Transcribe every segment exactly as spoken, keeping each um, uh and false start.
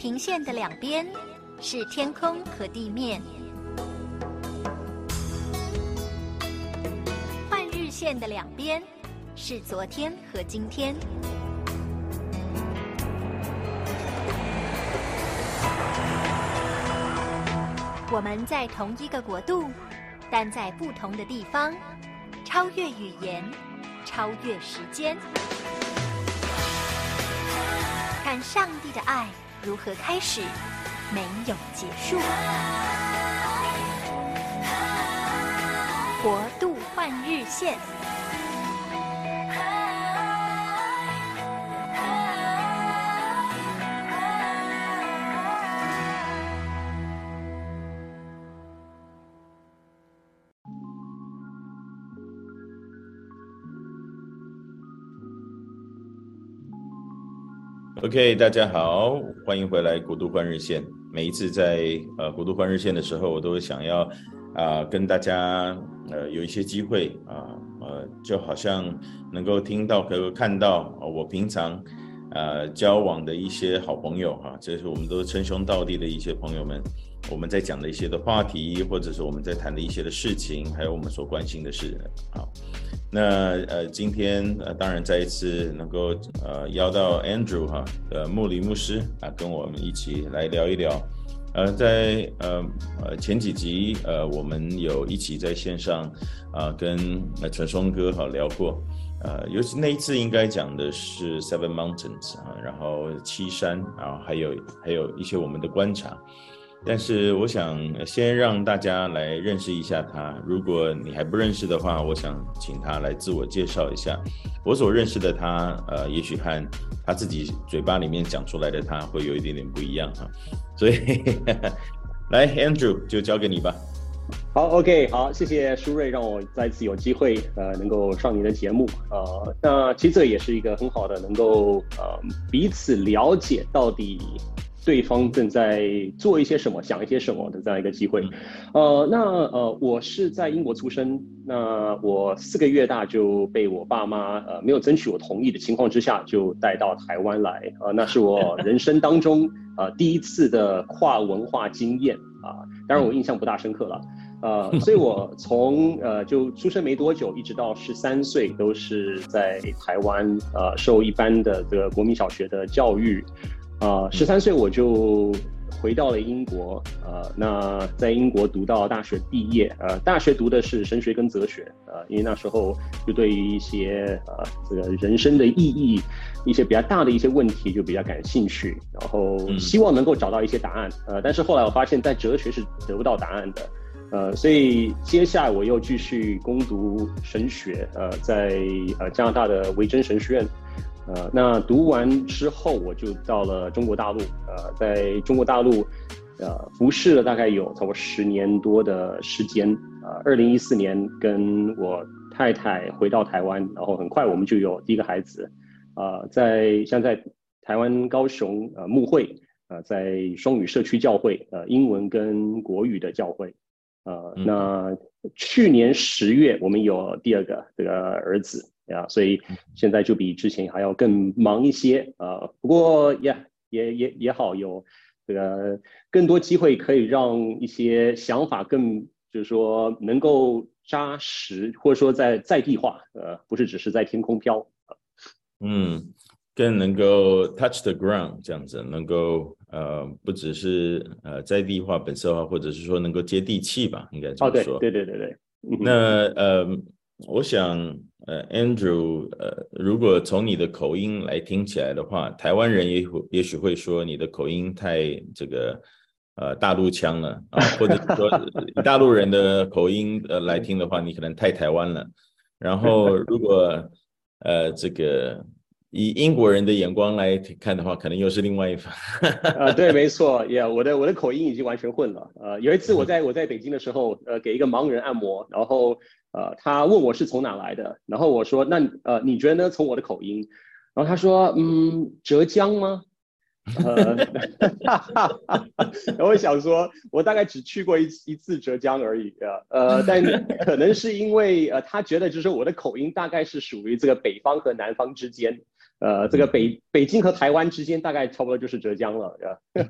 平线的两边是天空和地面，换日线的两边是昨天和今天。我们在同一个国度，但在不同的地方，超越语言，超越时间。看上帝的爱如何开始，没有结束。国度换日线。 OK， 大家好，欢迎回来国度换日线。每一次在呃国度换日线的时候，我都会想要啊、呃、跟大家呃有一些机会啊 呃, 呃就好像能够听到可看到、呃、我平常呃交往的一些好朋友哈、啊，这是我们都称兄道弟的一些朋友们，我们在讲的一些的话题，或者是我们在谈的一些的事情，还有我们所关心的事。好，那呃今天呃当然再一次能够呃邀到 Andrew 哈呃穆里牧师啊跟我们一起来聊一聊。呃在呃呃前几集呃我们有一起在线上啊、呃、跟呃陈松哥哈聊过。呃，尤其那一次应该讲的是 Seven Mountains 啊，然后七山，然后还有还有一些我们的观察。但是我想先让大家来认识一下他，如果你还不认识的话，我想请他来自我介绍一下。我所认识的他，呃，也许和他自己嘴巴里面讲出来的他会有一点点不一样哈。所以来 Andrew 就交给你吧。 好 ，OK， 好，谢谢舒瑞，让我再次有机会，呃，能够上您的节目，呃，那其实这也是一个很好的，能够呃彼此了解到底对方正在做一些什么，想一些什么的这样一个机会，呃，那呃，我是在英国出生，那我四个月大就被我爸妈呃没有争取我同意的情况之下就带到台湾来，呃，那是我人生当中呃第一次的跨文化经验啊、呃，当然我印象不大深刻了。呃，所以我从呃就出生没多久，一直到十三岁，都是在台湾呃受一般的这个国民小学的教育。呃，十三岁我就回到了英国，呃，那在英国读到大学毕业，呃，大学读的是神学跟哲学，呃，因为那时候就对于一些呃这个人生的意义，一些比较大的一些问题就比较感兴趣，然后希望能够找到一些答案，呃，但是后来我发现，在哲学是得不到答案的。呃，所以接下来我又继续攻读神学，呃，在呃加拿大的维真神学院，呃，那读完之后我就到了中国大陆，呃，在中国大陆，呃，服侍了大概有超过十年多的时间，呃，二零一四年跟我太太回到台湾，然后很快我们就有第一个孩子，呃，在像在台湾高雄呃牧会，呃，在双语社区教会，呃，英文跟国语的教会。呃，那去年十月我们有第二个这个儿子啊，所以现在就比之前还要更忙一些。呃，不过呀，也也也好，有这个更多机会可以让一些想法更，就是说能够扎实，或者说在在地化，呃，不是只是在天空飘。 嗯。更能够 touch the ground 这样子，能够呃不只是呃在地化、本色化，或者是说能够接地气吧，应该这么说。 哦，对对对对对。嗯、 那呃，我想呃 ，Andrew， 呃，如果从你的口音来听起来的话，台湾人也也许会说你的口音太这个呃大陆腔了啊，或者说以大陆人的口音呃来听的话，你可能太台湾了。然后如果呃这个以英国人的眼光来看的话，可能又是另外一番。 啊、呃，对，没错，呀、yeah, ，我的我的口音已经完全混了。呃，有一次我在我在北京的时候，呃，给一个盲人按摩，然后呃，他问我是从哪来的，然后我说，那呃，你觉得呢？从我的口音，然后他说，嗯，浙江吗？ 呃，我想说，我大概只去过一一次浙江而已啊，呃，但可能是因为呃，他觉得就是我的口音大概是属于这个北方和南方之间，呃，这个北北京和台湾之间大概差不多就是浙江了，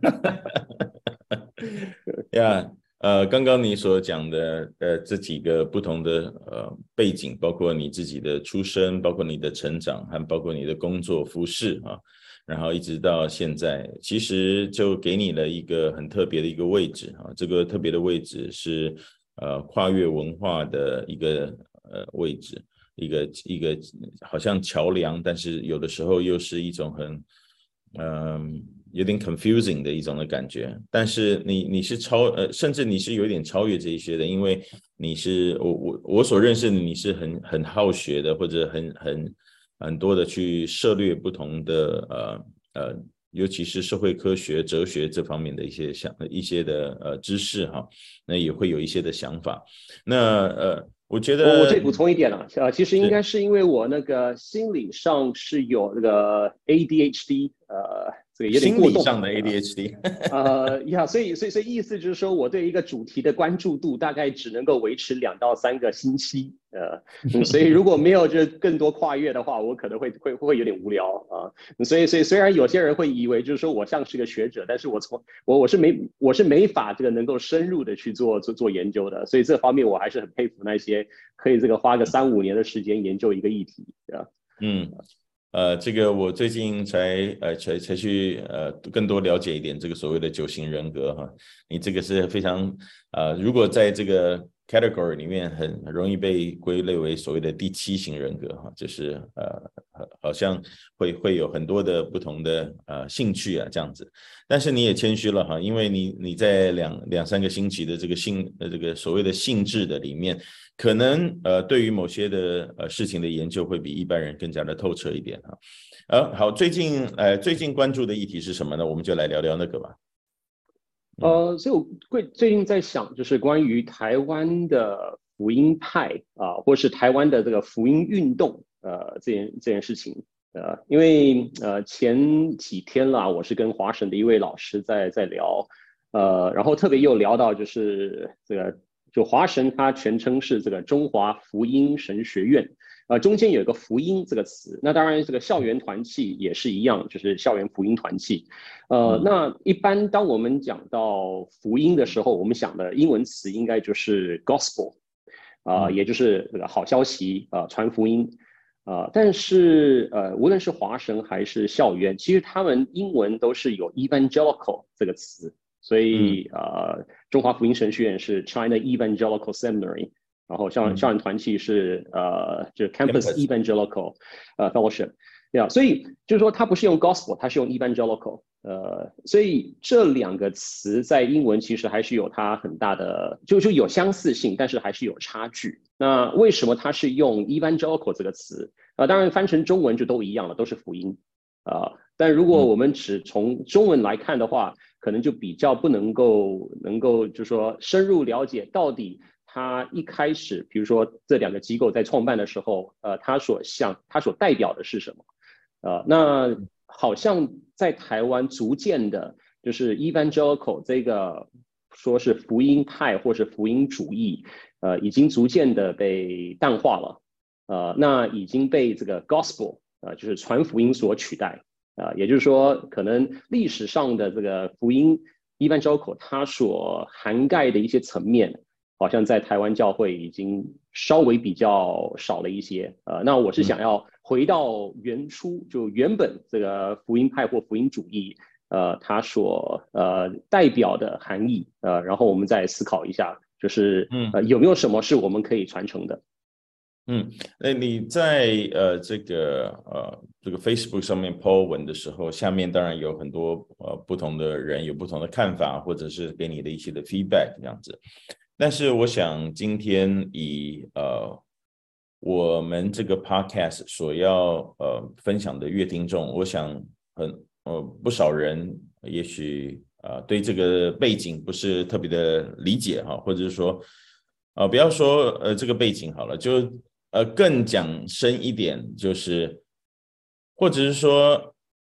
呀，呃，刚刚你所讲的呃这几个不同的呃背景，包括你自己的出身，包括你的成长，还包括你的工作服饰啊。然后一直到现在，其实就给你了一个很特别的一个位置啊，这个特别的位置是呃跨越文化的一个呃位置，一个一个好像桥梁，但是有的时候又是一种很嗯、呃、有点 confusing 的一种的感觉。但是你你是超呃，甚至你是有点超越这一些的，因为你是我我我所认识的你是很很好学的，或者很很。很多的去涉猎不同的呃呃，尤其是社会科学、哲学这方面的一些想一些的呃知识哈，那也会有一些的想法。那呃，我觉得我我这里补充一点啊，呃，其实应该是因为我那个心理上是有那个 A D H D， 呃，这个有点过动。 心理上的 A D H D， 呃呀，所以所以所以意思就是说，我对一个主题的关注度大概只能够维持两到三个星期，呃，嗯、所以如果没有这更多跨越的话，我可能会会会有点无聊啊、呃。所以所以虽然有些人会以为就是说我像是个学者，但是我从我我是没我是没法这个能够深入的去做做做研究的，所以这方面我还是很佩服那些可以这个花个三五年的时间研究一个议题，对吧？ 嗯。呃，这个我最近才呃才才去呃更多了解一点这个所谓的九型人格哈，你这个是非常呃，如果在这个 category 里面很很容易被归类为所谓的第七型人格哈，就是呃好像会会有很多的不同的呃兴趣啊这样子，但是你也谦虚了哈，因为你你在两两三个星期的这个兴呃这个所谓的兴致的里面。可能呃，对于某些的呃事情的研究会比一般人更加的透彻一点哈。呃，好，最近呃最近关注的议题是什么呢？我们就来聊聊那个吧。 嗯、呃，所以我最最近在想，就是关于台湾的福音派啊、呃，或是台湾的这个福音运动，呃，这件这件事情，呃，因为呃前几天啦，我是跟华神的一位老师在在聊，呃，然后特别又聊到就是这个。就华神，它全称是这个中华福音神学院，呃，中间有一个福音这个词。那当然，这个校园团契也是一样，就是校园福音团契。呃，那一般当我们讲到福音的时候，我们想的英文词应该就是 gospel， 啊、呃，也就是这个好消息啊、呃，传福音。啊、呃，但是呃，无论是华神还是校园，其实他们英文都是有 evangelical 这个词。所以、嗯、呃，中华福音神学院是 China Evangelical Seminary， 然后校校园团契是呃，就是 Campus Evangelical 呃 Fellowship， 对啊，所以就是说它不是用 Gospel， 它是用 Evangelical， 呃，所以这两个词在英文其实还是有它很大的，就就有相似性，但是还是有差距。那为什么它是用 Evangelical 这个词？呃，当然翻成中文就都一样了，都是福音啊、呃。但如果我们只从中文来看的话，可能就比较不能够能够就是说深入了解到底他一开始，比如说这两个机构在创办的时候，呃，他所向他所代表的是什么？呃，那好像在台湾逐渐的，就是 evangelical 这个说是福音派或是福音主义，呃，已经逐渐的被淡化了，呃，那已经被这个 gospel， 呃，就是传福音所取代。啊、呃，也就是说，可能历史上的这个福音 evangelical 它所涵盖的一些层面，好像在台湾教会已经稍微比较少了一些。呃，那我是想要回到原初，就原本这个福音派或福音主义，呃，它所呃代表的含义，呃，然后我们再思考一下，就是呃有没有什么是我们可以传承的。 嗯，那你在呃这个呃这个 Facebook 上面 po 文的时候，下面当然有很多呃不同的人有不同的看法，或者是给你的一些的 feedback 这样子。但是我想今天以呃我们这个 podcast 所要呃分享的乐听众，我想很呃不少人也许呃对这个背景不是特别的理解哈，或者是说呃不要说呃这个背景好了，就呃，更讲深一点，就是，或者是说，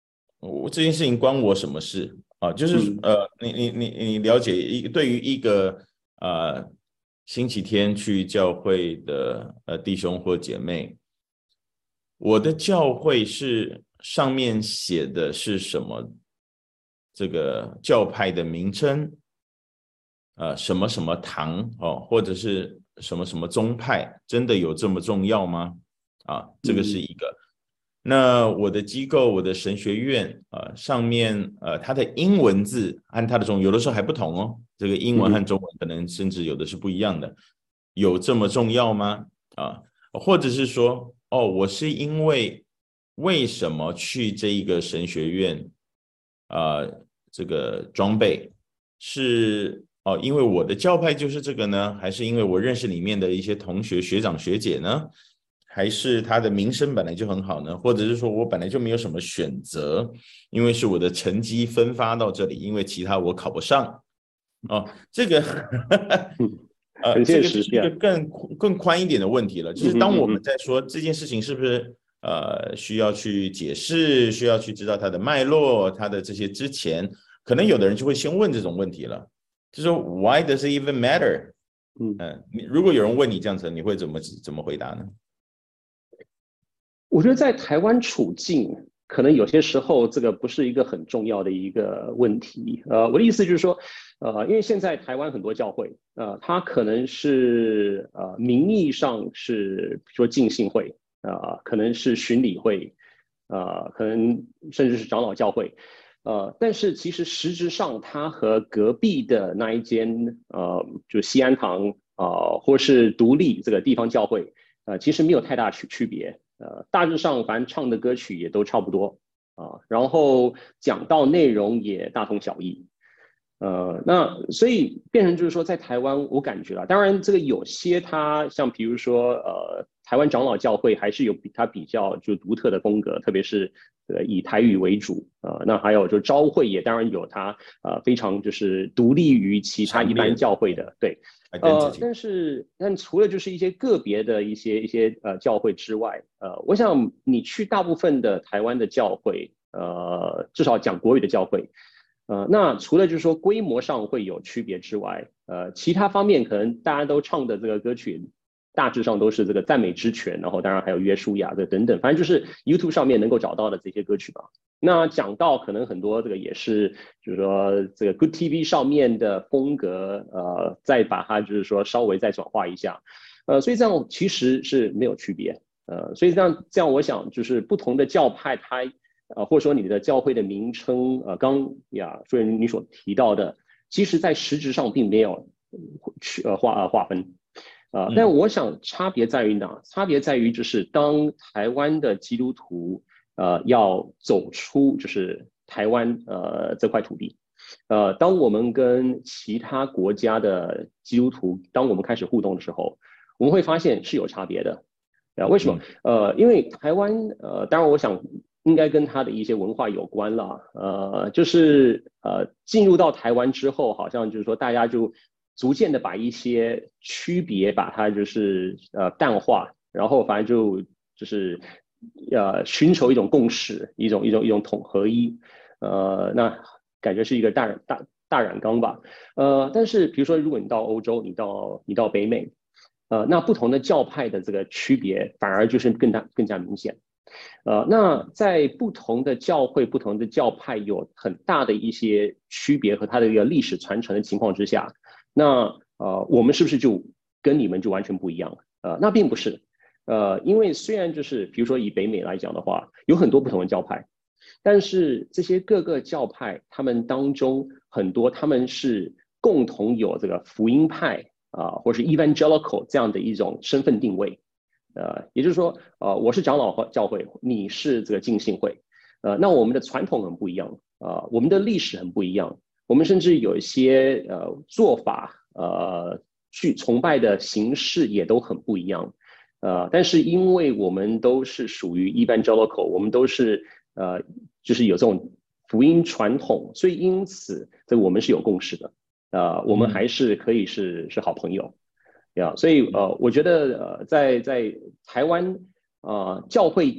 我这件事情关我什么事啊？就是、嗯、呃，你你你你了解一对于一个呃星期天去教会的呃弟兄或姐妹，我的教会是上面写的是什么？这个教派的名称，呃，什么什么堂哦，或者是什么什么宗派，真的有这么重要吗？啊，这个是一个。嗯、那我的机构，我的神学院，呃，上面呃，它的英文字和它的中文有的时候还不同哦，这个英文和中文可能甚至有的是不一样的，有这么重要吗？啊，或者是说，哦，我是因为为什么去这一个神学院？呃，这个装备是哦，因为我的教派就是这个呢，还是因为我认识里面的一些同学、学长、学姐呢？还是他的名声本来就很好呢？或者是说我本来就没有什么选择，因为是我的成绩分发到这里，因为其他我考不上哦，这个呃，这个就是一个更更宽一点的问题了，就是当我们在说这件事情是不是？呃，需要去解释，需要去知道它的脉络，它的这些之前，可能有的人就会先问这种问题了，就是说 Why does it even matter？ 嗯、呃，如果有人问你这样子，你会怎么怎么回答呢？ 我觉得在台湾处境，可能有些时候这个不是一个很重要的一个问题。呃，我的意思就是说，呃，因为现在台湾很多教会，呃，它可能是呃名义上是，比如说浸信会。呃，可能是巡礼会，呃，可能甚至是长老教会，呃，但是其实实质上，它和隔壁的那一间，呃，就西安堂，呃，或是独立这个地方教会，呃，其实没有太大区区别，呃，大致上反正唱的歌曲也都差不多啊、呃，然后讲到内容也大同小异。呃，那所以变成就是说，在台湾，我感觉了，当然这个有些它像比如说，呃，台湾长老教会还是有它比较就独特的风格，特别是呃以台语为主，呃，那还有就朝会也当然有它呃非常就是独立于其他一般教会的，对，呃，但是但除了就是一些个别的一些一些呃教会之外，呃，我想你去大部分的台湾的教会，呃，至少讲国语的教会。呃，那除了就是说规模上会有区别之外，呃，其他方面可能大家都唱的这个歌曲，大致上都是这个赞美之泉，然后当然还有约书亚的等等，反正就是 YouTube 上面能够找到的这些歌曲吧。那讲到可能很多这个也是，就是说这个 Good T V 上面的风格，呃，再把它就是说稍微再转化一下，呃，所以这样其实是没有区别，呃，所以这样这样我想就是不同的教派它。呃，或者说你的教会的名称，呃，刚呀，所以你所提到的，其实在实质上并没有去呃划呃划分，呃，但我想差别在于哪？差别在于就是当台湾的基督徒呃要走出就是台湾呃这块土地，呃，当我们跟其他国家的基督徒，当我们开始互动的时候，我们会发现是有差别的。啊，为什么？呃，因为台湾呃，当然我想。应该跟他的一些文化有关了，呃，就是呃，进入到台湾之后，好像就是说大家就逐渐的把一些区别把它就是呃淡化，然后反正就就是呃寻求一种共识，一种一种一种统合一，呃，那感觉是一个大大大染缸吧，呃，但是比如说如果你到欧洲，你到你到北美，呃，那不同的教派的这个区别反而就是更大更加明显。呃，那在不同的教会、不同的教派有很大的一些区别和它的一个历史传承的情况之下，那呃，我们是不是就跟你们就完全不一样？呃，那并不是，呃，因为虽然就是比如说以北美来讲的话，有很多不同的教派，但是这些各个教派他们当中很多他们是共同有这个福音派啊、呃，或是 evangelical 这样的一种身份定位。呃，也就是说，呃，我是长老教会，你是这个浸信会，呃，那我们的传统很不一样，呃，我们的历史很不一样，我们甚至有一些呃做法，呃，去崇拜的形式也都很不一样，呃，但是因为我们都是属于 evangelical，我们都是呃，就是有这种福音传统，所以因此这我们是有共识的，呃，我们还是可以是是好朋友。呀， yeah, 所以呃，我觉得呃，在在台湾呃教会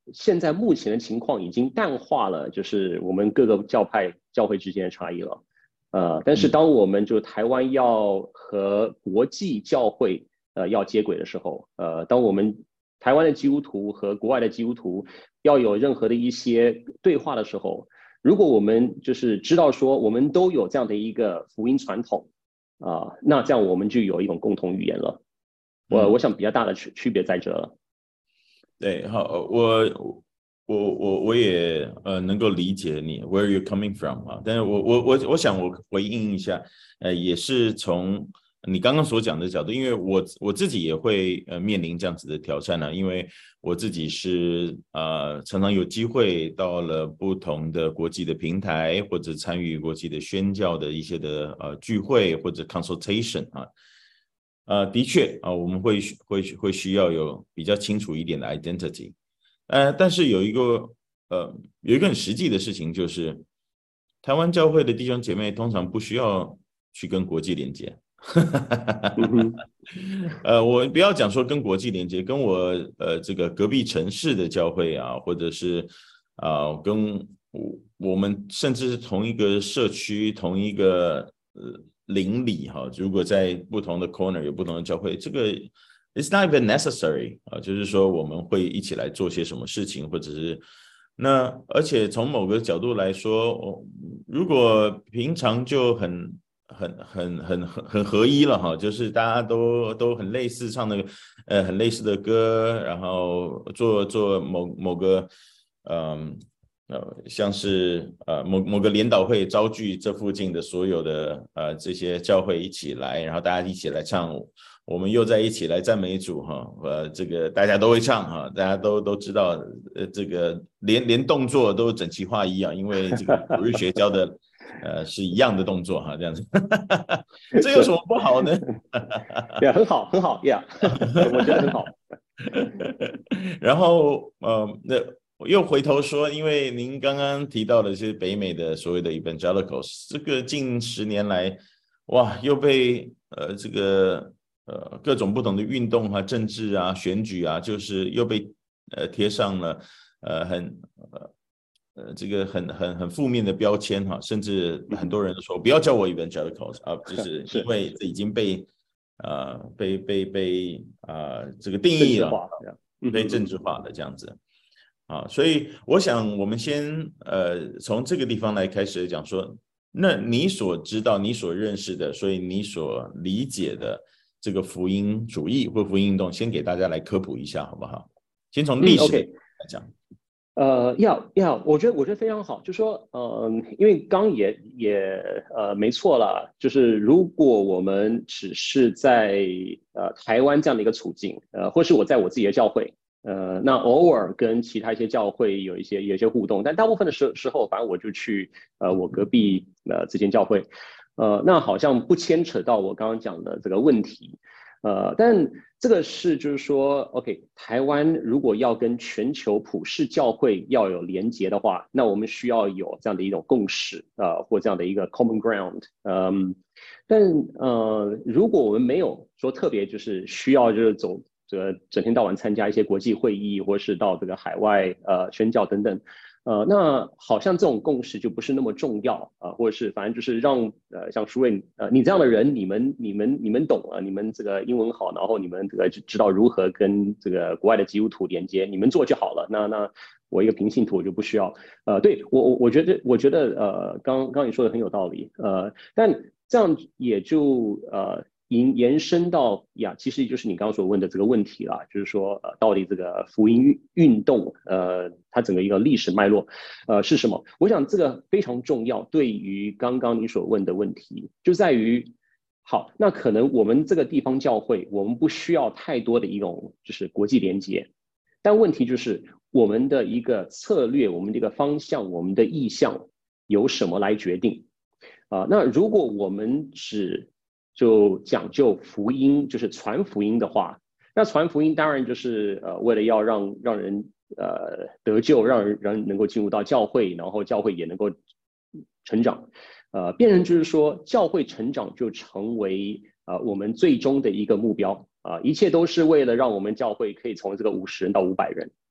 现在目前的情况已经淡化了，就是我们各个教派教会之间的差异了。呃，但是当我们就台湾要和国际教会呃要接轨的时候，呃，当我们台湾的基督徒和国外的基督徒要有任何的一些对话的时候，如果我们就是知道说我们都有这样的一个福音传统啊、呃，那这样我们就有一种共同语言了。我、嗯、我想比较大的区区别在这了。 对，好，我我我我也呃能够理解你 where you're coming from 啊，但是我我我我想我回应一下，呃，也是从你刚刚所讲的角度，因为我我自己也会呃面临这样子的挑战呢、啊，因为我自己是呃常常有机会到了不同的国际的平台，或者参与国际的宣教的一些的呃聚会或者 consultation 啊。呃，的确啊，我们会会会需要有比较清楚一点的 identity， 呃，但是有一个呃有一个很实际的事情，就是台湾教会的弟兄姐妹通常不需要去跟国际连接。呃，我不要讲说跟国际连接，跟我呃这个隔壁城市的教会啊，或者是啊、呃、跟我我们甚至是同一个社区、同一个呃。邻里哈，如果在不同的 corner 有不同的教会，这个 it's not even necessary 啊，就是说我们会一起来做些什么事情，或者是那而且从某个角度来说，如果平常就很很很很很很合一了哈，就是大家都都很类似唱的呃很类似的歌，然后做做某某个嗯。呃，像是呃某某个联导会召聚这附近的所有的呃这些教会一起来，然后大家一起来唱，我们又在一起来赞美主哈，呃这个大家都会唱哈，大家都都知道，呃这个连连动作都整齐划一啊，因为这个主日学教的呃是一样的动作哈，这样子，这有什么不好呢？ 对，很好，很好呀， yeah, 我觉得很好。 然后呃那。我又回头说，因为您刚刚提到的是北美的所谓的 evangelicals， 这个近十年来，哇，又被呃这个呃各种不同的运动啊、政治啊、选举啊，就是又被呃贴上了呃很呃呃这个很很很负面的标签哈、啊，甚至很多人说不要叫我 evangelicals 啊，就是因为这已经被呃被被被啊、呃、这个定义了，被政治化的这样子。啊，所以我想我们先呃从这个地方来开始讲说，那你所知道、你所认识的，所以你所理解的这个福音主义或福音运动，先给大家来科普一下，好不好？先从历史来讲。 嗯 okay. 呃，要要，我觉得我觉得非常好，就说呃，因为刚也也呃没错了，就是如果我们只是在呃台湾这样的一个处境，呃，或是我在我自己的教会。呃，那偶尔跟其他一些教会有一些有一些互动，但大部分的时时候，反正我就去呃我隔壁呃这间教会，呃，那好像不牵扯到我刚刚讲的这个问题，呃，但这个是就是说 ，OK， 台湾如果要跟全球普世教会要有连结的话，那我们需要有这样的一种共识，呃，或这样的一个 common ground， 嗯，但呃，如果我们没有说特别就是需要就是走。这个整天到晚参加一些国际会议，或是到这个海外呃宣教等等，呃，那好像这种共识就不是那么重要啊、呃，或者是反正就是让呃像舒瑞呃你这样的人，你们你们你们懂啊，你们这个英文好，然后你们这个知道如何跟这个国外的基督徒连接，你们做就好了。那那我一个平信徒我就不需要。呃，对我我我觉得我觉得呃刚刚你说的很有道理，呃，但这样也就呃。延延伸到呀，其实就是你刚刚所问的这个问题啦，就是说，呃，到底这个福音运动，呃，它整个一个历史脉络，呃，是什么？我想这个非常重要。对于刚刚你所问的问题，就在于，好，那可能我们这个地方教会，我们不需要太多的一种就是国际连接，但问题就是我们的一个策略，我们的一个方向，我们的意向由什么来决定？啊、呃，那如果我们只就讲究福音，就是传福音的话，那传福音当然就是呃，为了要让让人呃得救，让人人能够进入到教会，然后教会也能够成长，呃，变成就是说教会成长就成为呃我们最终的一个目标啊、呃，一切都是为了让我们教会可以从这个五十人到五百人。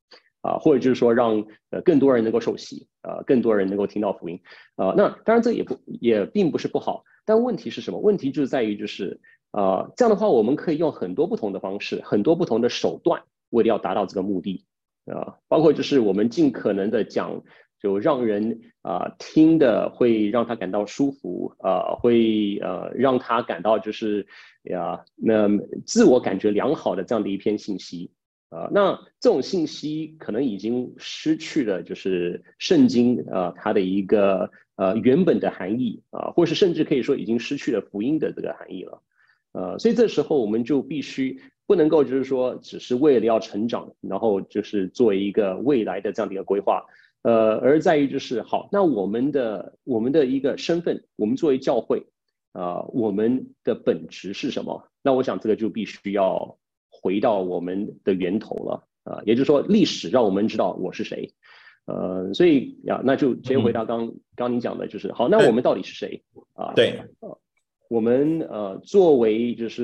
啊，或者就是说让呃更多人能够受洗，呃，更多人能够听到福音，呃，那当然这也不也并不是不好，但问题是什么？问题就是在于就是呃这样的话，我们可以用很多不同的方式，很多不同的手段，为了要达到这个目的，啊、呃，包括就是我们尽可能的讲。就让人啊、呃、听的会让他感到舒服，呃，会呃让他感到就是呀那自我感觉良好的这样的一篇信息，呃，那这种信息可能已经失去了就是圣经呃它的一个呃原本的含义啊、呃，或是甚至可以说已经失去了福音的这个含义了，呃，所以这时候我们就必须不能够就是说只是为了要成长，然后就是做一个未来的这样的一个规划。呃，而在于就是好，那我们的我们的一个身份，我们作为教会，啊、呃，我们的本质是什么？那我想这个就必须要回到我们的源头了，啊、呃，也就是说历史让我们知道我是谁，呃，所以呀，那就直接回到刚、嗯、刚你讲的，就是好，那我们到底是谁啊？ 呃、对。 呃我们呃作为就是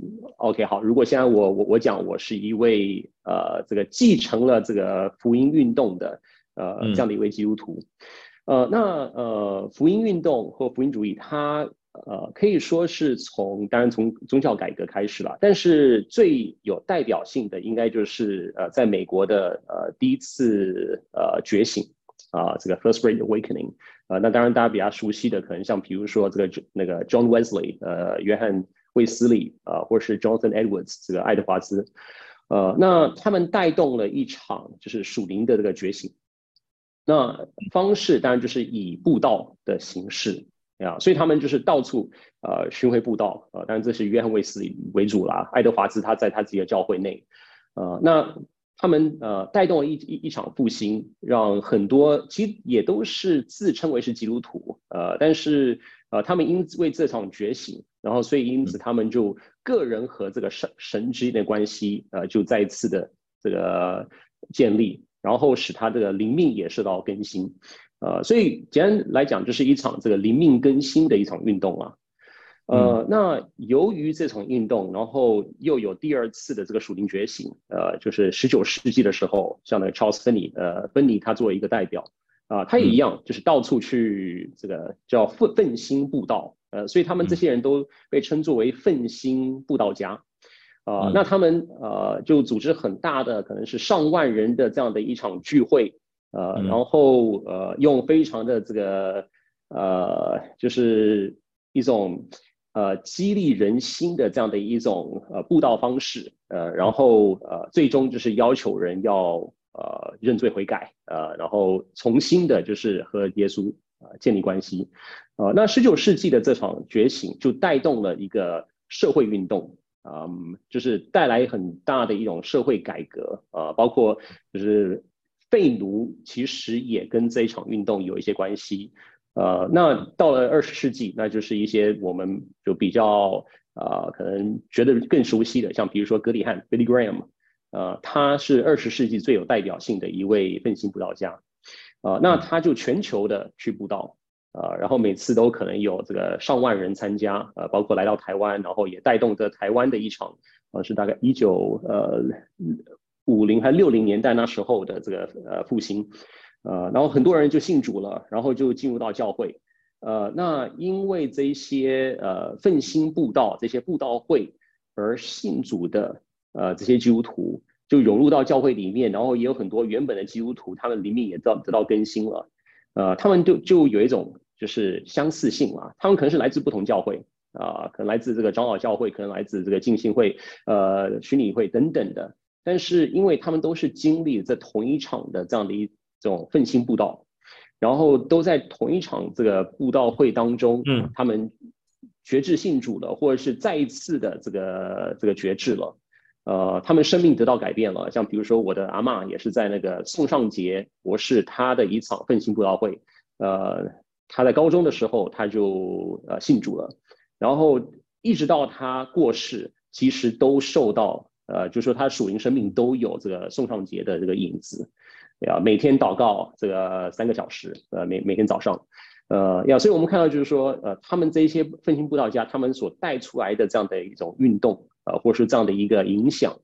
OK 好，如果现在我我我讲我是一位呃这个继承了这个福音运动的。呃，这样的一位基督徒，呃，那呃，福音运动或福音主义，它呃可以说是从当然从宗教改革开始了，但是最有代表性的应该就是呃，在美国的呃第一次呃觉醒啊、呃，这个 First Great Awakening， 呃，那当然大家比较熟悉的，可能像比如说这个那个 John Wesley， 呃，约翰卫斯理啊、呃，或是 Jonathan Edwards 这个爱德华兹，呃，那他们带动了一场就是属灵的这个觉醒。那方式当然就是以布道的形式啊，所以他们就是到处呃巡回布道，呃，当然这是约翰卫斯理为主啦，爱德华兹他在他自己的教会内，呃，那他们呃带动了一一一场复兴，让很多其实也都是自称为是基督徒，呃，但是呃他们因为这场觉醒，然后所以因此他们就个人和这个神神之间的关系，呃，就再一次的这个建立。然后使他这个灵命也受到更新，呃，所以简单来讲，就是一场这个灵命更新的一场运动啊。呃，嗯、那由于这场运动，然后又有第二次的这个属灵觉醒，呃，就是十九世纪的时候，像那个 Charles Finney， 呃，Finney他作为一个代表啊、呃，他也一样，就是到处去这个叫奋奋兴布道，呃，所以他们这些人都被称作为奋兴布道家。啊、呃，那他们呃就组织很大的，可能是上万人的这样的一场聚会，呃，嗯、然后呃用非常的这个呃就是一种呃激励人心的这样的一种呃布道方式，呃，然后呃最终就是要求人要呃认罪悔改，呃，然后重新的就是和耶稣呃建立关系，呃，那十九世纪的这场觉醒就带动了一个社会运动。嗯，就是带来很大的一种社会改革，呃，包括就是废奴，其实也跟这一场运动有一些关系。呃，那到了二十世纪，那就是一些我们就比较呃可能觉得更熟悉的，像比如说葛理汉 Billy Graham， 呃，他是二十世纪最有代表性的一位奋兴布道家，呃，那他就全球的去布道。呃，然后每次都可能有这个上万人参加，呃，包括来到台湾，然后也带动着台湾的一场，呃，是大概一九呃五零还六零年代那时候的这个呃复兴，呃，然后很多人就信主了，然后就进入到教会，呃，那因为这些呃奋兴布道这些布道会而信主的呃这些基督徒就涌入到教会里面，然后也有很多原本的基督徒，他们灵命也得到得到更新了。呃，他们就就有一种就是相似性啊，他们可能是来自不同教会啊、呃，可能来自这个长老教会，可能来自这个浸信会、呃巡礼会等等的，但是因为他们都是经历这同一场的这样的一种奋兴布道，然后都在同一场这个布道会当中，嗯，他们决志信主了，或者是再一次的这个这个决志了。呃，他们生命得到改变了，像比如说我的阿嬷也是在那个宋尚杰博士他的一场奋兴布道会，呃，他在高中的时候他就呃信主了，然后一直到他过世，其实都受到呃，就是说他属灵生命都有这个宋尚杰的这个影子，呀，每天祷告这个三个小时，呃，每每天早上。呃呀，所以我们看到就是说，呃，他们这些奋兴布道家，他们所带出来的这样的一种运动，呃，或是这样的一个影响，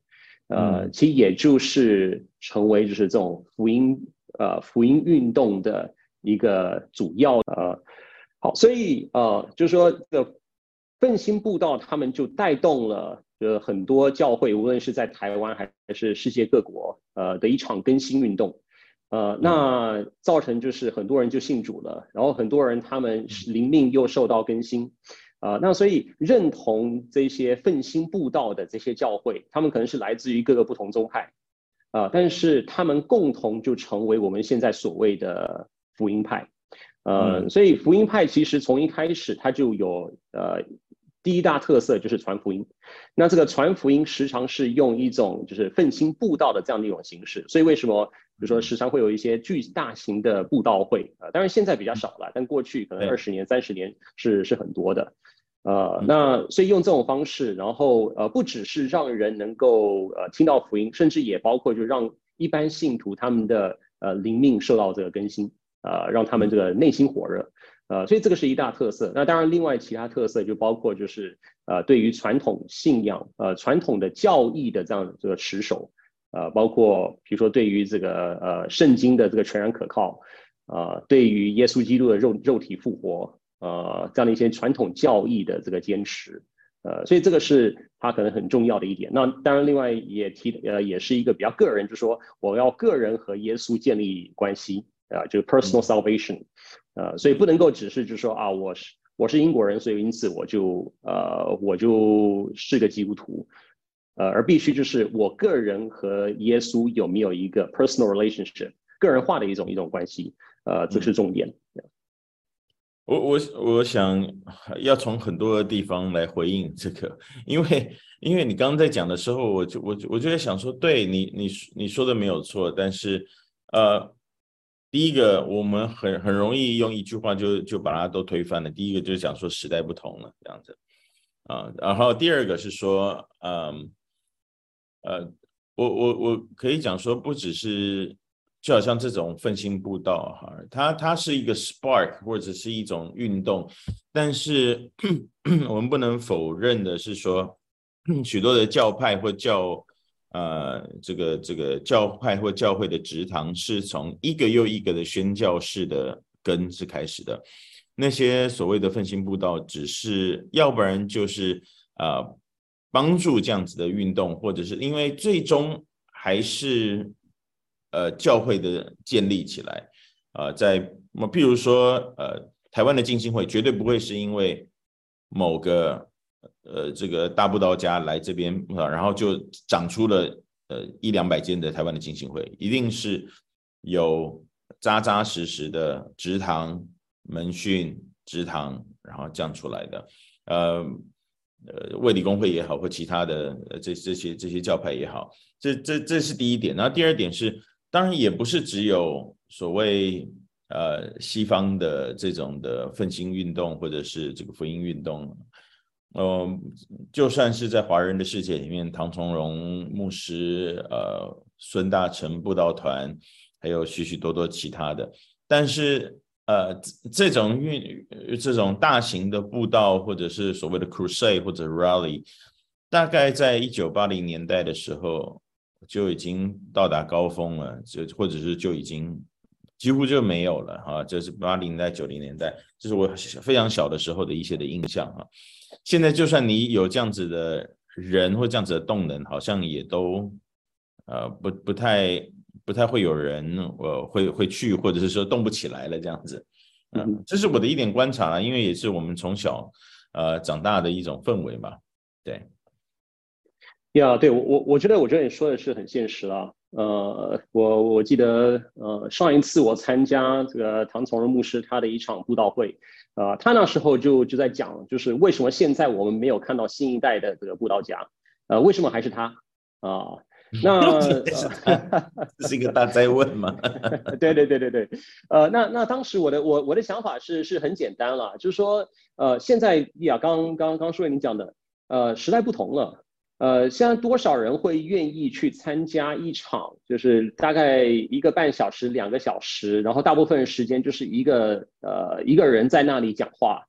呃， 嗯其实也就是成为就是这种福音呃福音运动的一个主要呃好，所以呃就是说这个奋兴布道他们就带动了呃很多教会，无论是在台湾还是世界各国呃的一场更新运动。呃，那造成就是很多人就信主了，然后很多人他们灵命又受到更新，呃，那所以认同这些奋兴布道的这些教会，他们可能是来自于各个不同宗派，啊、呃，但是他们共同就成为我们现在所谓的福音派，呃， 嗯所以福音派其实从一开始它就有呃第一大特色就是传福音，那这个传福音时常是用一种就是奋兴布道的这样的一种形式，所以为什么比如说时常会有一些巨大型的布道会啊、呃，当然现在比较少了，但过去可能二十年、三十年是是很多的。呃，那所以用这种方式，然后呃，不只是让人能够呃听到福音，甚至也包括就让一般信徒他们的呃灵命受到这个更新，呃，让他们这个内心火热，呃，所以这个是一大特色。那当然，另外其他特色就包括就是呃对于传统信仰呃传统的教义的这样的这个持守，呃，包括比如说对于这个呃圣经的这个全然可靠，呃，对于耶稣基督的肉肉体复活。呃，这样的一些传统教义的这个坚持，呃，所以这个是他可能很重要的一点。那当然，另外也提呃，也是一个比较个人，就是说我要个人和耶稣建立关系啊、呃，就是 personal salvation，呃，所以不能够只是就是说啊，我是我是英国人，所以因此我就呃我就是个基督徒，呃，而必须就是我个人和耶稣有没有一个 personal relationship， 个人化的一种一种关系，呃，这是重点。 我我我想要从很多的地方来回应这个，因为因为你刚刚在讲的时候，我就我我就在想说，对你你你说的没有错，但是呃，第一个我们很很容易用一句话就就把它都推翻了。第一个就是讲说时代不同了这样子啊、呃，然后第二个是说，嗯呃，我我我可以讲说，不只是。就好像这种奋兴布道哈，它它是一个 spark 或者是一种运动，但是我们不能否认的是说，许多的教派或教呃这个这个教派或教会的职堂是从一个又一个的宣教士的根是开始的，那些所谓的奋兴布道，只是要不然就是呃帮助这样子的运动，或者是因为最终还是。呃，教会的建立起来，呃，在譬如说，呃，台湾的浸信会绝对不会是因为某个呃这个大布道家来这边、呃，然后就长出了呃一两百间的台湾的浸信会，一定是有扎扎实实的职堂、门训、职堂，然后这样出来的，呃。呃，卫理公会也好，或其他的、呃、这这些这些教派也好，这这这是第一点。然后第二点是。当然也不是只有所谓呃西方的这种的奋兴运动或者是这个福音运动，呃，就算是在华人的世界里面，唐从容牧师、呃孙大成布道团，还有许许多多其他的，但是呃这种运这种大型的布道或者是所谓的 crusade 或者 rally， 大概在一九八零年代的时候。就已经到达高峰了，就或者是就已经几乎就没有了哈。这是八零年代、九零年代，这是我非常小的时候的一些的印象哈。现在就算你有这样子的人或这样子的动能，好像也都呃不不太不太会有人呃会会去，或者是说动不起来了这样子。嗯、呃，这是我的一点观察啦，因为也是我们从小呃长大的一种氛围嘛，对。 呀， yeah, 对我我我觉得我觉得你说的是很现实啊。呃，我我记得呃上一次我参加这个唐从容牧师他的一场布道会，呃，他那时候就就在讲，就是为什么现在我们没有看到新一代的这个布道家，呃，为什么还是他啊？呃那这是一个大哉问嘛？ 对对对对对，呃，那那当时我的我我的想法是是很简单了，就是说，呃，现在呀，刚刚刚说你讲的，呃，时代不同了。呃，现在多少人会愿意去参加一场，就是大概一个半小时、两个小时，然后大部分时间就是一个呃一个人在那里讲话，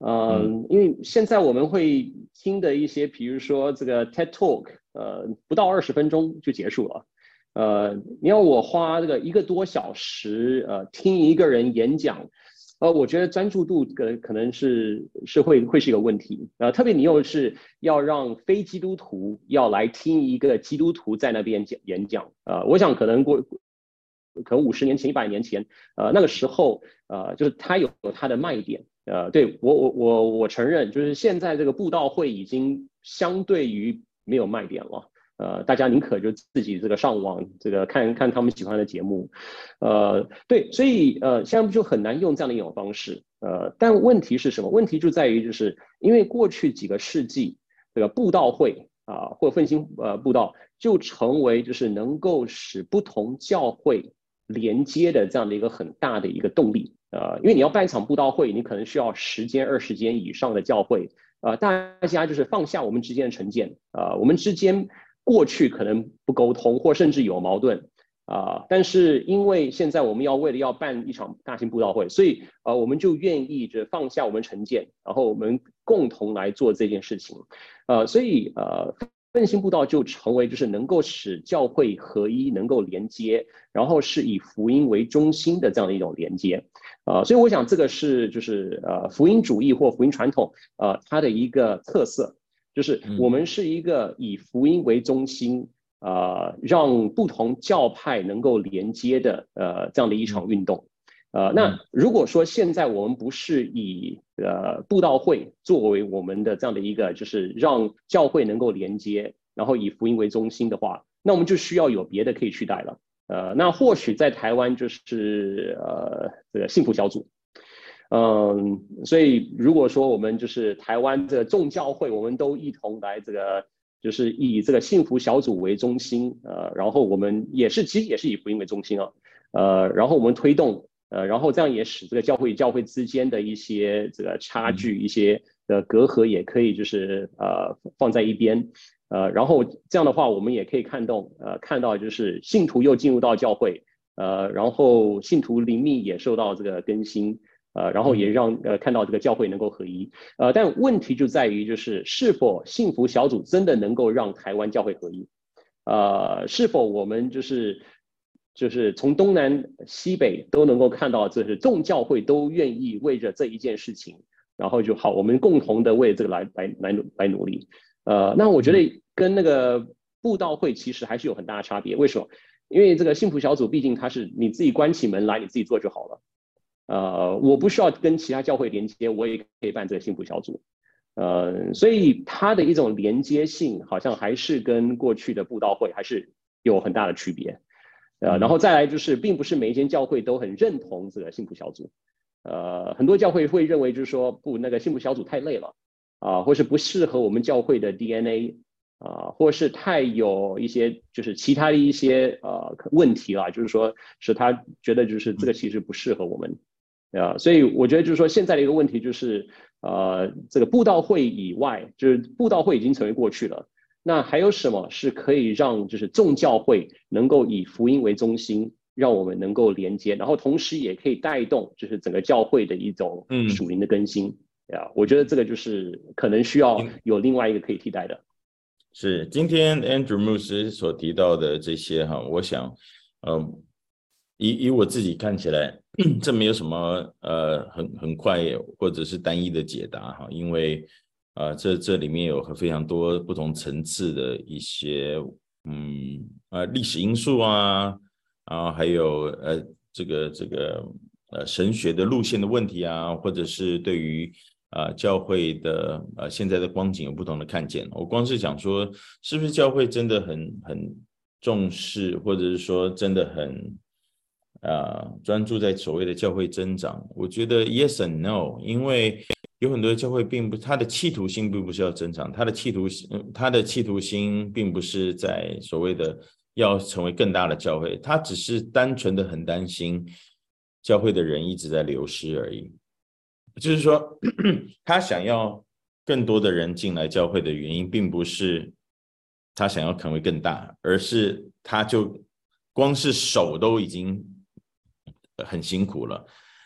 呃、嗯，因为现在我们会听的一些，比如说这个 TED Talk， 呃，不到二十分钟就结束了。呃，你要我花这个一个多小时，呃，听一个人演讲，呃，我觉得专注度可可能是是会会是一个问题。呃，特别你又是要让非基督徒要来听一个基督徒在那边讲演讲，呃，我想可能过。可能五十年前、一百年前，呃，那个时候，呃，就是他有他的卖点，呃，对我我我我承认，就是现在这个布道会已经相对于没有卖点了，呃，大家宁可就自己这个上网这个看看他们喜欢的节目，呃，对，所以呃，现在就很难用这样的一种方式，呃，但问题是什么？问题就在于就是因为过去几个世纪，这个布道会啊、呃，或奋兴呃布道就成为就是能够使不同教会连接的这样的一个很大的一个动力，呃，因为你要办一场布道会，你可能需要十间、二十间以上的教会，呃，大家就是放下我们之间的成见，呃，我们之间过去可能不沟通，或甚至有矛盾，啊、呃，但是因为现在我们要为了要办一场大型布道会，所以呃，我们就愿意就放下我们成见，然后我们共同来做这件事情，呃，所以呃。奋兴布道就成为就是能够使教会合一，能够连接，然后是以福音为中心的这样的一种连接，呃，所以我想这个是就是呃福音主义或福音传统呃它的一个特色，就是我们是一个以福音为中心，呃，让不同教派能够连接的呃这样的一场运动。呃，那如果说现在我们不是以呃布道会作为我们的这样的一个，就是让教会能够连接，然后以福音为中心的话，那我们就需要有别的可以取代了。呃，那或许在台湾就是呃这个幸福小组，嗯，所以如果说我们就是台湾这个众教会，我们都一同来这个就是以这个幸福小组为中心，呃，然后我们也是其实也是以福音为中心啊，呃，然后我们推动。呃，然后这样也使这个教会与教会之间的一些这个差距、一些的隔阂也可以就是呃放在一边，呃，然后这样的话，我们也可以看到呃看到就是信徒又进入到教会，呃，然后信徒灵命也受到这个更新，呃，然后也让呃看到这个教会能够合一，呃，但问题就在于就是是否幸福小组真的能够让台湾教会合一，呃，是否我们就是。就是从东南西北都能够看到，就是众教会都愿意为着这一件事情，然后就好，我们共同的为这个来来来努来努力。呃，那我觉得跟那个布道会其实还是有很大的差别。为什么？因为这个幸福小组毕竟它是你自己关起门来，你自己做就好了。呃，我不需要跟其他教会连接，我也可以办这个幸福小组。呃，所以它的一种连接性，好像还是跟过去的布道会还是有很大的区别。呃，然后再来就是，并不是每一间教会都很认同这个幸福小组，呃，很多教会会认为就是说，不，那个幸福小组太累了，啊、呃，或是不适合我们教会的 D N A， 啊、呃，或是太有一些就是其他的一些呃问题啦，就是说是他觉得就是这个其实不适合我们，啊、呃，所以我觉得就是说现在的一个问题就是，呃，这个布道会以外，就是布道会已经成为过去了。那还有什么是可以让就是众教会能够以福音为中心，让我们能够连接，然后同时也可以带动就是整个教会的一种属灵的更新啊、嗯，我觉得这个就是可能需要有另外一个可以替代的。 是今天 Andrew 牧师所提到的这些哈，我想，呃，以以我自己看起来，这没有什么呃很很快或者是单一的解答哈，因为。呃，这这里面有非常多不同层次的一些，嗯，呃，历史因素啊，然后还有呃，这个这个呃神学的路线的问题啊，或者是对于呃教会的呃现在的光景有不同的看见。我光是讲说，是不是教会真的很很重视，或者是说真的很呃专注在所谓的教会增长？我觉得 yes and no， 因为。有很多的教会并不，他的企图心并不是要增长，他的企图心，他的企图心并不是在所谓的要成为更大的教会，他只是单纯的很担心教会的人一直在流失而已。就是说，他想要更多的人进来教会的原因，并不是他想要成为更大，而是他就光是手都已经很辛苦了。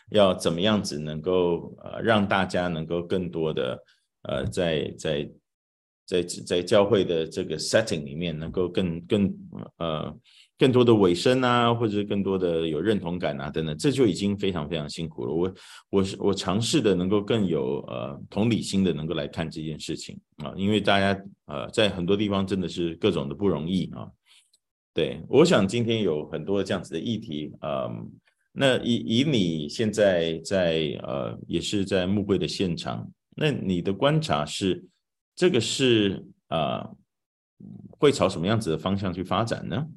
要怎么样子能够呃让大家能够更多的呃在在在在教会的这个 setting 里面能够更更呃更多的委身啊，或者更多的有认同感啊等等，这就已经非常非常辛苦了。我我我尝试的能够更有呃同理心的能够来看这件事情啊，因为大家呃在很多地方真的是各种的不容易啊。对，我想今天有很多这样子的议题，嗯，那以以你现在在呃也是在牧会的现场，那你的观察是这个是呃会朝什么样子的方向去发展呢？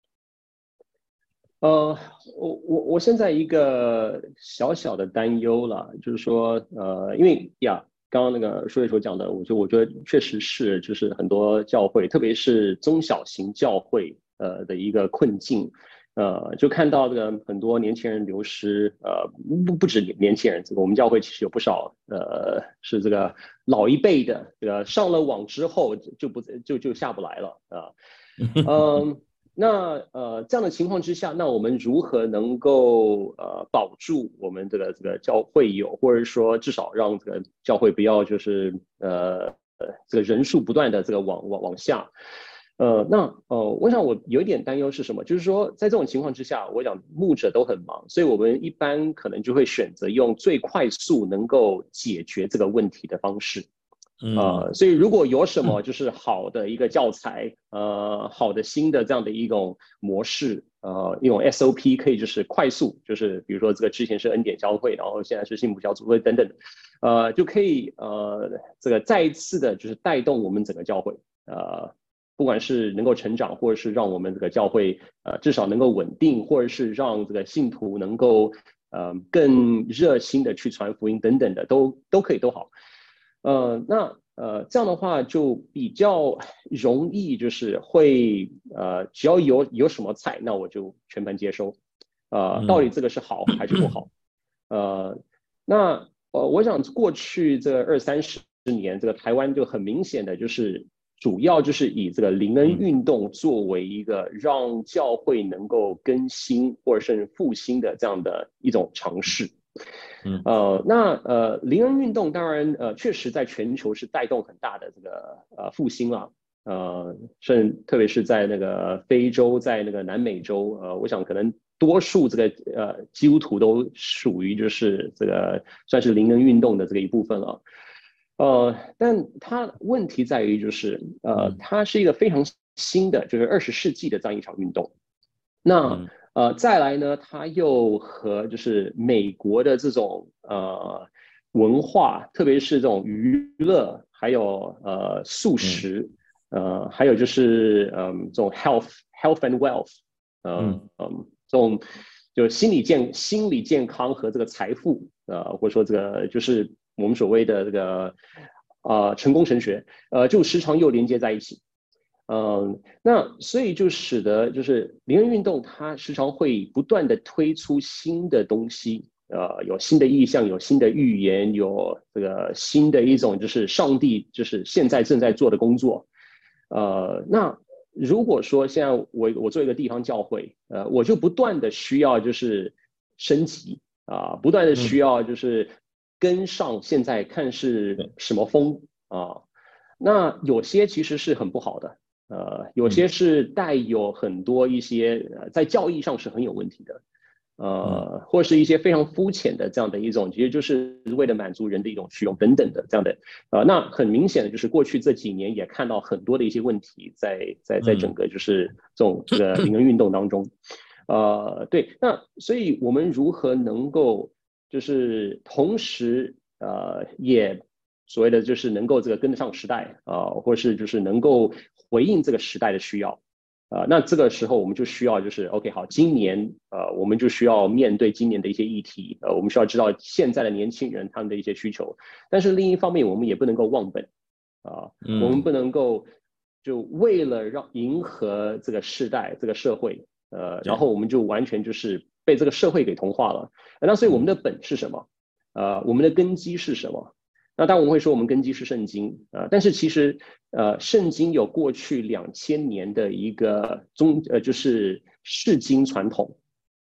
呃，我我我现在一个小小的担忧了，就是说，呃，因为呀，刚刚那个书月所讲的，我就我觉得确实是，就是很多教会，特别是中小型教会，呃的一个困境，呃，就看到这个很多年轻人流失，呃，不不止年轻人，这个我们教会其实有不少，呃，是这个老一辈的，这个上了网之后就不就就下不来了啊，嗯。那呃这样的情况之下，那我们如何能够呃保住我们这个这个教会友，或者说至少让这个教会不要就是呃呃这个人数不断的这个往往往下，呃那呃我想我有一点担忧是什么？就是说在这种情况之下，我想牧者都很忙，所以我们一般可能就会选择用最快速能够解决这个问题的方式。呃，所以如果有什么就是好的一个教材，呃，好的新的这样的一种模式，呃，一种 S O P 可以就是快速，就是比如说这个之前是恩典教会，然后现在是幸福小组会等等，呃，就可以呃这个再一次的就是带动我们整个教会，呃，不管是能够成长，或者是让我们这个教会呃至少能够稳定，或者是让这个信徒能够呃更热心的去传福音等等的，都都可以都好。呃，那呃这样的话就比较容易，就是会呃只要有有什么菜，那我就全盘接收，呃，到底这个是好还是不好？呃，那呃我想过去这二三十年，这个台湾就很明显的就是主要就是以这个灵恩运动作为一个让教会能够更新或者甚至复兴的这样的一种尝试。嗯，呃，那呃，灵恩运动当然呃，确实在全球是带动很大的这个呃复兴了，呃，甚特别是在那个非洲，在那个南美洲，呃，我想可能多数这个呃基督徒都属于就是这个算是灵恩运动的这个一部分了，呃，但它问题在于就是呃，它是一个非常新的，就是二十世纪的这样一场运动，那。嗯呃，再来呢，它又和就是美国的这种呃文化，特别是这种娱乐，还有呃素食，嗯、呃，还有就是嗯这种 health health and wealth，呃嗯这种就心理健心理健康和这个财富，呃或者说这个就是我们所谓的这个呃成功神学，呃就时常又连接在一起。嗯，那所以就使得就是灵恩运动，它时常会不断的推出新的东西，呃，有新的意象，有新的预言，有这个新的一种就是上帝就是现在正在做的工作，呃，那如果说现在我我做一个地方教会，呃，我就不断的需要就是升级啊、呃，不断的需要就是跟上现在看是什么风啊、呃，那有些其实是很不好的。呃，有些是带有很多一些、呃、在教义上是很有问题的，呃，或是一些非常肤浅的这样的一种，其实就是为了满足人的一种需求等等的这样的，呃，那很明显的就是过去这几年也看到很多的一些问题在在在整个就是这种这个灵恩运动当中，呃，对，那所以我们如何能够就是同时呃也所谓的就是能够这个跟得上时代啊、呃，或是就是能够回应这个时代的需要啊、呃，那这个时候我们就需要就是 OK 好，今年呃我们就需要面对今年的一些议题，呃我们需要知道现在的年轻人他们的一些需求，但是另一方面我们也不能够忘本啊、呃，我们不能够就为了让迎合这个时代这个社会，呃，然后我们就完全就是被这个社会给同化了，那所以我们的本是什么？呃，我们的根基是什么？那当然我们会说我们根基是圣经啊、呃，但是其实呃圣经有过去两千年的一个宗呃就是释经传统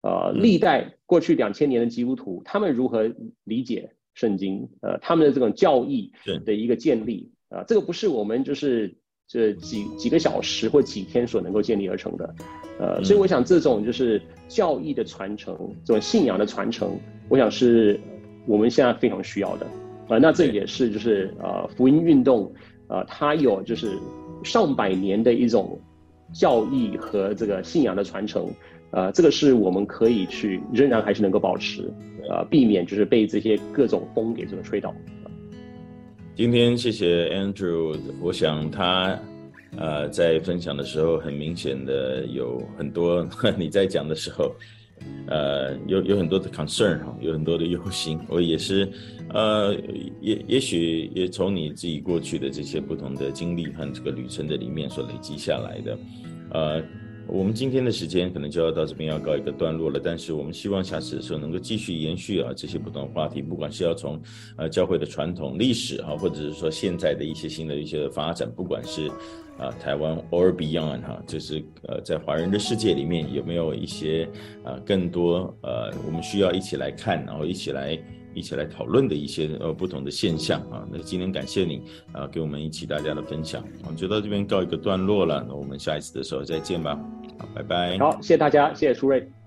呃，历代过去两千年的基督徒，他们如何理解圣经？呃，他们的这种教义的一个建立，啊、呃，这个不是我们就是这几几个小时或几天所能够建立而成的，呃，所以我想这种就是教义的传承，这种信仰的传承，我想是我们现在非常需要的，呃，那这也是就是呃福音运动，呃，它有就是上百年的一种教义和这个信仰的传承。呃，这个是我们可以去仍然还是能够保持，呃，避免就是被这些各种风给这个吹倒。 今天谢谢 Andrew， 我想他呃在分享的时候，很明显的有很多你在讲的时候，呃，有有很多的 concern， 有很多的忧心。我也是，呃，也也许也从你自己过去的这些不同的经历和这个旅程的里面所累积下来的，呃。我们今天的时间可能就要到这边要告一个段落了，但是我们希望下次的时候能够继续延续啊这些不同的话题，不管是要从呃教会的传统历史哈、啊，或者是说现在的一些新的一些发展，不管是啊台湾 or beyond 哈、啊，就是呃在华人的世界里面有没有一些啊更多呃我们需要一起来看，然后一起来。一起来讨论的一些呃不同的现象啊，那今天感谢你啊，给我们一起大家的分享，我们就到这边告一个段落了，那我们下一次的时候再见吧，好，拜拜。 好，谢谢大家，谢谢舒瑞。